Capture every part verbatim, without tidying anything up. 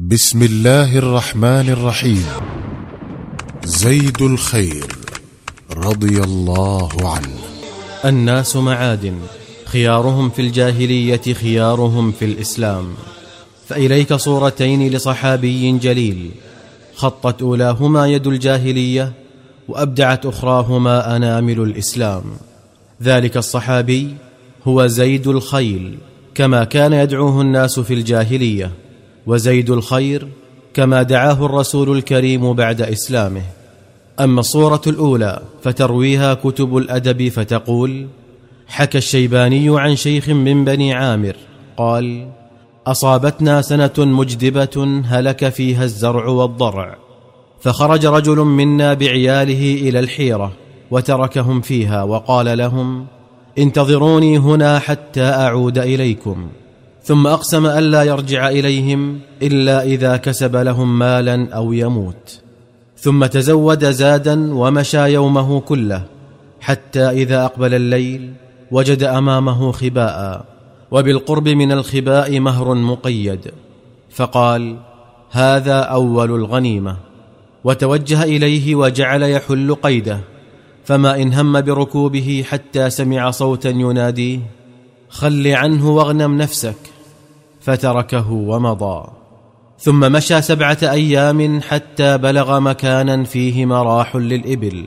بسم الله الرحمن الرحيم. زيد الخير رضي الله عنه. الناس معادن، خيارهم في الجاهلية خيارهم في الإسلام. فإليك صورتين لصحابي جليل، خطت أولاهما يد الجاهلية وأبدعت أخراهما أنامل الإسلام. ذلك الصحابي هو زيد الخيل، كما كان يدعوه الناس في الجاهلية، وزيد الخير كما دعاه الرسول الكريم بعد إسلامه. أما الصورة الأولى فترويها كتب الأدب فتقول: حكى الشيباني عن شيخ من بني عامر قال: أصابتنا سنة مجدبة هلك فيها الزرع والضرع، فخرج رجل منا بعياله إلى الحيرة وتركهم فيها وقال لهم: انتظروني هنا حتى أعود إليكم. ثم أقسم ألا يرجع إليهم إلا إذا كسب لهم مالا أو يموت. ثم تزود زادا ومشى يومه كله، حتى إذا أقبل الليل وجد أمامه خباء، وبالقرب من الخباء مهر مقيد، فقال: هذا أول الغنيمة. وتوجه إليه وجعل يحل قيده، فما إن هم بركوبه حتى سمع صوتا يناديه: خل عنه واغنم نفسك، فتركه ومضى. ثم مشى سبعة أيام حتى بلغ مكانا فيه مراح للإبل،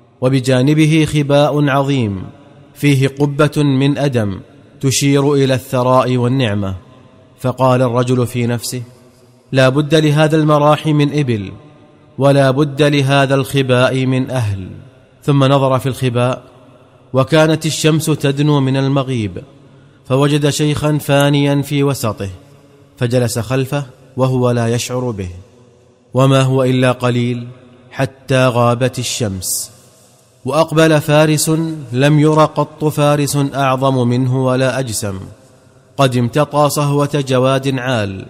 وبجانبه خباء عظيم فيه قبة من أدم تشير إلى الثراء والنعمة. فقال الرجل في نفسه: لا بد لهذا المراح من إبل، ولا بد لهذا الخباء من أهل. ثم نظر في الخباء، وكانت الشمس تدنو من المغيب، فوجد شيخا فانيا في وسطه، فجلس خلفه وهو لا يشعر به. وما هو إلا قليل حتى غابت الشمس، وأقبل فارس لم ير قط فارس أعظم منه ولا أجسم، قد امتطى صهوة جواد عال،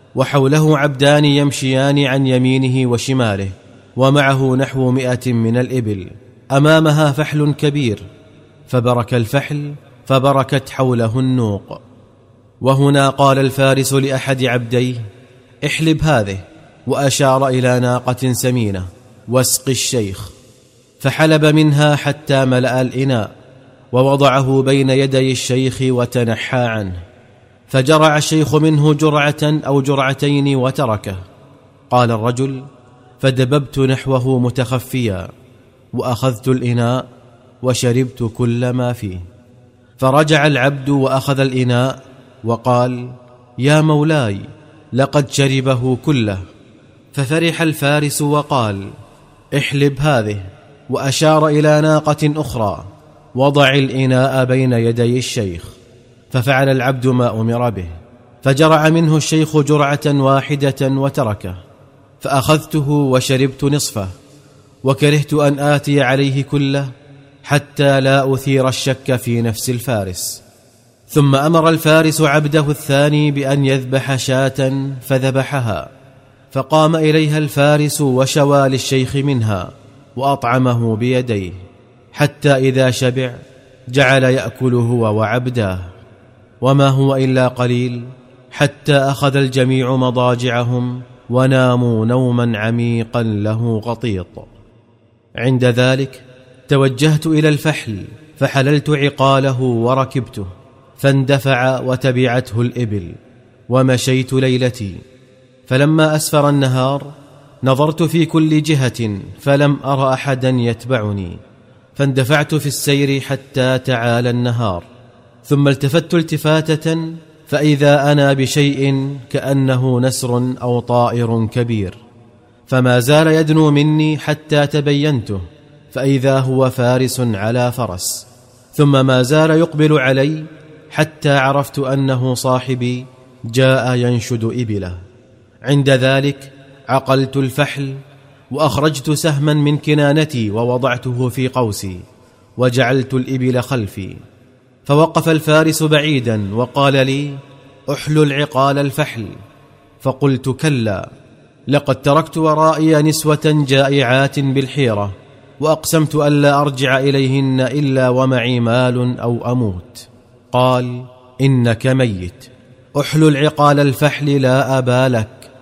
وحوله عبدان يمشيان عن يمينه وشماله، ومعه نحو مئة من الإبل، أمامها فحل كبير، فبرك الفحل فبركت حوله النوق. وهنا قال الفارس لأحد عبديه: احلب هذه، وأشار إلى ناقة سمينة، واسق الشيخ. فحلب منها حتى ملأ الإناء، ووضعه بين يدي الشيخ وتنحى عنه، فجرع الشيخ منه جرعة أو جرعتين وتركه. قال الرجل: فدببت نحوه متخفيا، وأخذت الإناء وشربت كل ما فيه. فرجع العبد وأخذ الإناء وقال: يا مولاي، لقد شربه كله. ففرح الفارس وقال: احلب هذه، وأشار إلى ناقة أخرى: وضع الإناء بين يدي الشيخ. ففعل العبد ما أمر به، فجرع منه الشيخ جرعة واحدة وتركه، فأخذته وشربت نصفه، وكرهت أن آتي عليه كله حتى لا أثير الشك في نفس الفارس. ثم أمر الفارس عبده الثاني بأن يذبح شاة، فذبحها، فقام إليها الفارس وشوى للشيخ منها وأطعمه بيديه، حتى إذا شبع جعل يأكل هو وعبداه. وما هو إلا قليل حتى أخذ الجميع مضاجعهم وناموا نوما عميقا له غطيط. عند ذلك توجهت إلى الفحل، فحللت عقاله وركبته، فاندفع وتبعته الإبل، ومشيت ليلتي. فلما أسفر النهار نظرت في كل جهة فلم أر أحدا يتبعني، فاندفعت في السير حتى تعالى النهار. ثم التفت التفاتة، فإذا أنا بشيء كأنه نسر أو طائر كبير، فما زال يدنو مني حتى تبينته، فإذا هو فارس على فرس. ثم ما زال يقبل علي حتى عرفت أنه صاحبي جاء ينشد إبله. عند ذلك عقلت الفحل، وأخرجت سهما من كنانتي ووضعته في قوسي، وجعلت الإبل خلفي. فوقف الفارس بعيدا وقال لي: أحلل عقال الفحل. فقلت: كلا، لقد تركت ورائي نسوة جائعات بالحيرة، وأقسمت ألا أرجع إليهن إلا ومعي مال أو أموت. قال: إنك ميت، أحلل عقال الفحل لا أبا لك.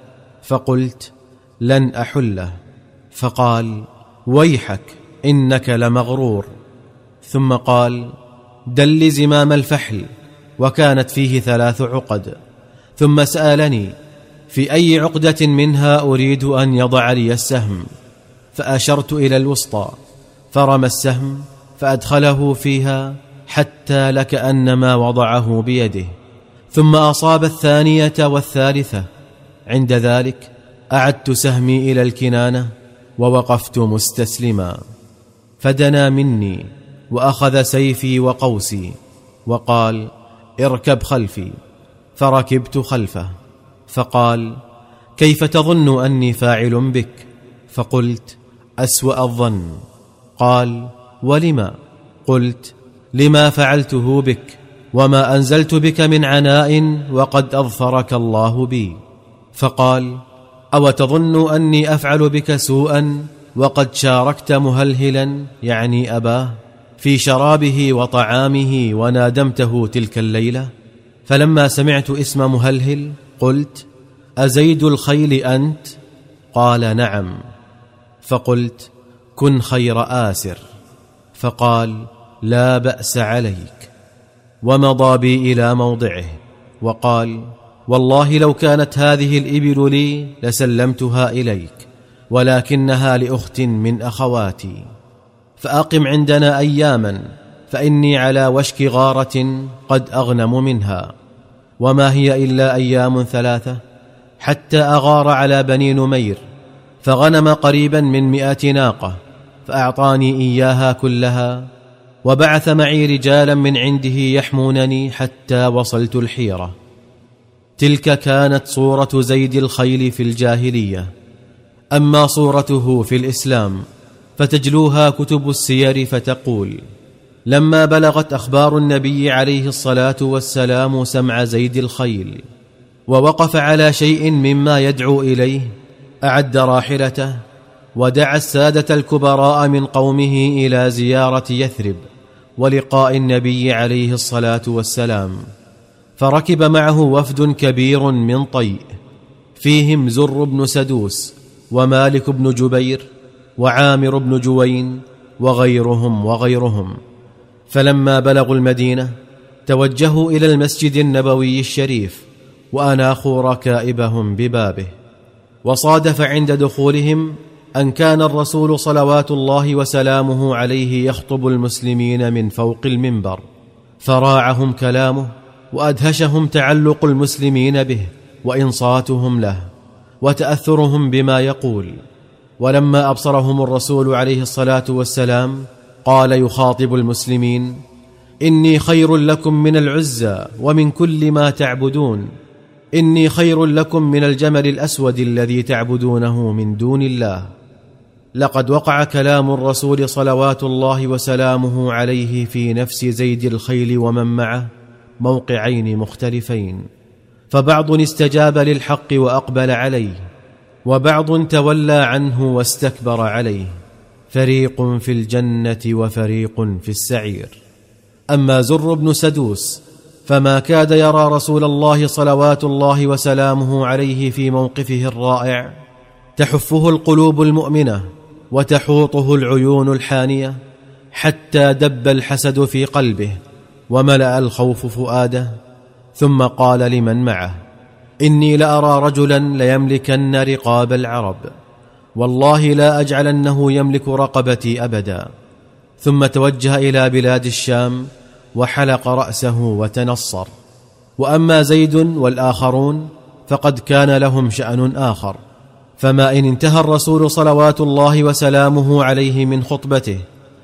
فقلت: لن أحله. فقال: ويحك إنك لمغرور. ثم قال: دل زمام الفحل، وكانت فيه ثلاث عقد. ثم سألني في أي عقدة منها أريد أن يضع لي السهم، فأشرت إلى الوسطى، فرمى السهم فأدخله فيها حتى لكأنما وضعه بيده، ثم أصاب الثانية والثالثة. عند ذلك أعدت سهمي إلى الكنانة ووقفت مستسلما، فدنا مني وأخذ سيفي وقوسي وقال: اركب خلفي. فركبت خلفه، فقال: كيف تظن أني فاعل بك؟ فقلت: أسوأ الظن. قال: ولما؟ قلت: لما فعلته بك، وما أنزلت بك من عناء وقد أظفرك الله بي. فقال: أو تظن أني أفعل بك سوءا وقد شاركت مهلهلا، يعني أباه، في شرابه وطعامه ونادمته تلك الليلة؟ فلما سمعت اسم مهلهل قلت: أزيد الخيل أنت؟ قال: نعم. فقلت: كن خير آسر. فقال: لا بأس عليك. ومضى بي إلى موضعه وقال: والله لو كانت هذه الإبل لي لسلمتها إليك، ولكنها لأخت من أخواتي، فأقم عندنا أياما، فإني على وشك غارة قد أغنم منها، وما هي إلا أيام ثلاثة حتى أغار على بني نمير، فغنم قريبا من مئة ناقة، فأعطاني إياها كلها، وبعث معي رجالا من عنده يحمونني حتى وصلت الحيرة. تلك كانت صورة زيد الخيل في الجاهلية. أما صورته في الإسلام فتجلوها كتب السير، فتقول: لما بلغت أخبار النبي عليه الصلاة والسلام سمع زيد الخيل، ووقف على شيء مما يدعو إليه، أعد راحلته، ودعا السادة الكبراء من قومه إلى زيارة يثرب ولقاء النبي عليه الصلاة والسلام، فركب معه وفد كبير من طيء، فيهم زر بن سدوس ومالك بن جبير وعامر بن جوين وغيرهم وغيرهم. فلما بلغوا المدينة توجهوا إلى المسجد النبوي الشريف، وأناخوا ركائبهم ببابه. وصادف عند دخولهم أن كان الرسول صلوات الله وسلامه عليه يخطب المسلمين من فوق المنبر، فراعهم كلامه وأدهشهم تعلق المسلمين به وإنصاتهم له وتأثرهم بما يقول. ولما أبصرهم الرسول عليه الصلاة والسلام قال يخاطب المسلمين: إني خير لكم من العزى ومن كل ما تعبدون، إني خير لكم من الجمل الأسود الذي تعبدونه من دون الله. لقد وقع كلام الرسول صلوات الله وسلامه عليه في نفس زيد الخيل ومن معه موقعين مختلفين، فبعض استجاب للحق وأقبل عليه، وبعض تولى عنه واستكبر عليه، فريق في الجنة وفريق في السعير. أما زر بن سدوس فما كاد يرى رسول الله صلوات الله وسلامه عليه في موقفه الرائع، تحفه القلوب المؤمنة وتحوطه العيون الحانية، حتى دب الحسد في قلبه وملأ الخوف فؤاده، ثم قال لمن معه: إني لأرى رجلا ليملكن رقاب العرب، والله لا أجعلنه يملك رقبتي أبدا. ثم توجه إلى بلاد الشام وحلق رأسه وتنصر. وأما زيد والآخرون فقد كان لهم شأن آخر، فما إن انتهى الرسول صلوات الله وسلامه عليه من خطبته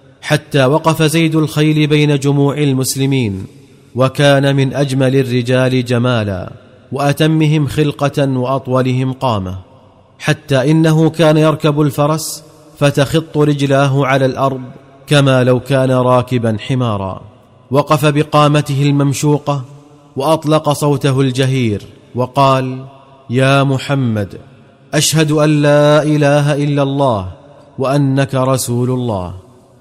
حتى وقف زيد الخيل بين جموع المسلمين، وكان من أجمل الرجال جمالا وأتمهم خلقة وأطولهم قامة، حتى إنه كان يركب الفرس فتخط رجلاه على الأرض كما لو كان راكبا حمارا. وقف بقامته الممشوقة وأطلق صوته الجهير وقال: يا محمد، أشهد أن لا إله إلا الله وأنك رسول الله.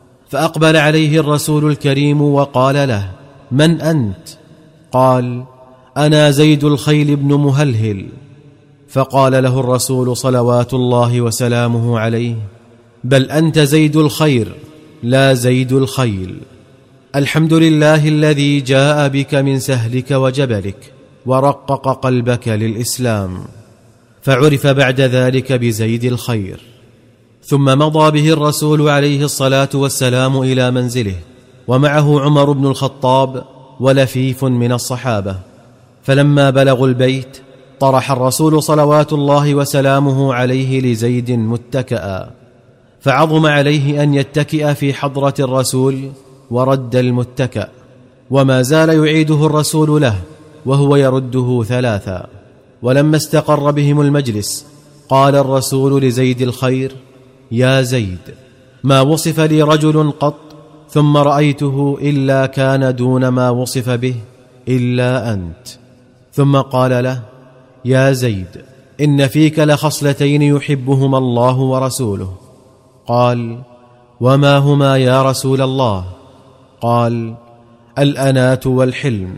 فأقبل عليه الرسول الكريم وقال له: من أنت؟ قال: أنا زيد الخيل بن مهلهل. فقال له الرسول صلوات الله وسلامه عليه: بل أنت زيد الخير لا زيد الخيل. الحمد لله الذي جاء بك من سهلك وجبلك ورقق قلبك للإسلام. فعرف بعد ذلك بزيد الخير. ثم مضى به الرسول عليه الصلاة والسلام إلى منزله، ومعه عمر بن الخطاب ولفيف من الصحابة. فلما بلغوا البيت طرح الرسول صلوات الله وسلامه عليه لزيد متكئا، فعظم عليه أن يتكئ في حضرة الرسول ورد المتكأ، وما زال يعيده الرسول له وهو يرده ثلاثا. ولما استقر بهم المجلس قال الرسول لزيد الخير: يا زيد، ما وصف لي رجل قط ثم رأيته إلا كان دون ما وصف به إلا أنت. ثم قال له: يا زيد، إن فيك لخصلتين يحبهما الله ورسوله. قال: وما هما يا رسول الله؟ قال: الأناة والحلم.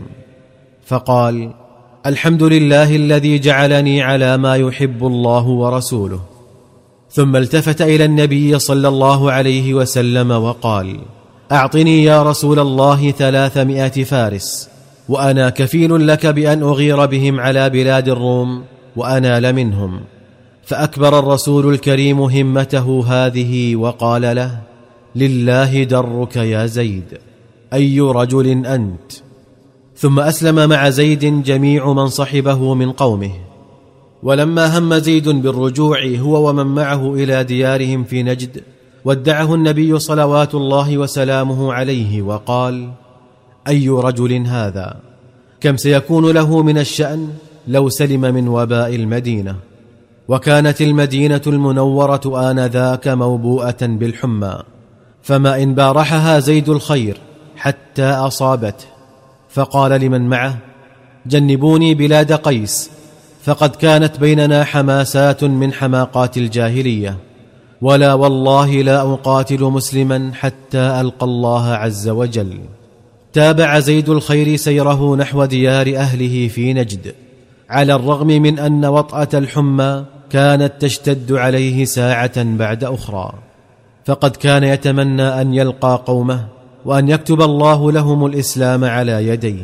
فقال: الحمد لله الذي جعلني على ما يحب الله ورسوله. ثم التفت إلى النبي صلى الله عليه وسلم وقال: أعطني يا رسول الله ثلاثمائة فارس، وأنا كفيل لك بأن أغير بهم على بلاد الروم وأنال منهم. فأكبر الرسول الكريم همته هذه وقال له: لله درك يا زيد، أي رجل أنت؟ ثم أسلم مع زيد جميع من صحبه من قومه. ولما هم زيد بالرجوع هو ومن معه إلى ديارهم في نجد، ودعه النبي صلوات الله وسلامه عليه وقال: أي رجل هذا؟ كم سيكون له من الشأن لو سلم من وباء المدينة. وكانت المدينة المنورة آنذاك موبوءة بالحمى، فما إن بارحها زيد الخير حتى أصابته. فقال لمن معه: جنبوني بلاد قيس، فقد كانت بيننا حماسات من حماقات الجاهلية، ولا والله لا أقاتل مسلما حتى ألقى الله عز وجل. تابع زيد الخير سيره نحو ديار أهله في نجد، على الرغم من أن وطأة الحمى كانت تشتد عليه ساعة بعد أخرى، فقد كان يتمنى أن يلقى قومه وأن يكتب الله لهم الإسلام على يديه.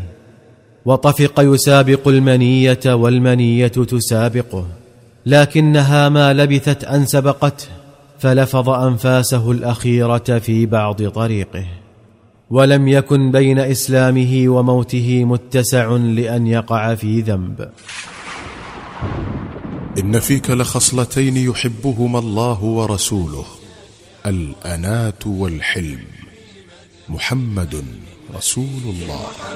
وطفق يسابق المنية والمنية تسابقه، لكنها ما لبثت أن سبقته، فلفظ أنفاسه الأخيرة في بعض طريقه، ولم يكن بين إسلامه وموته متسع لأن يقع في ذنب. إن فيك لخصلتين يحبهما الله ورسوله: الأناة والحلم. محمد رسول الله.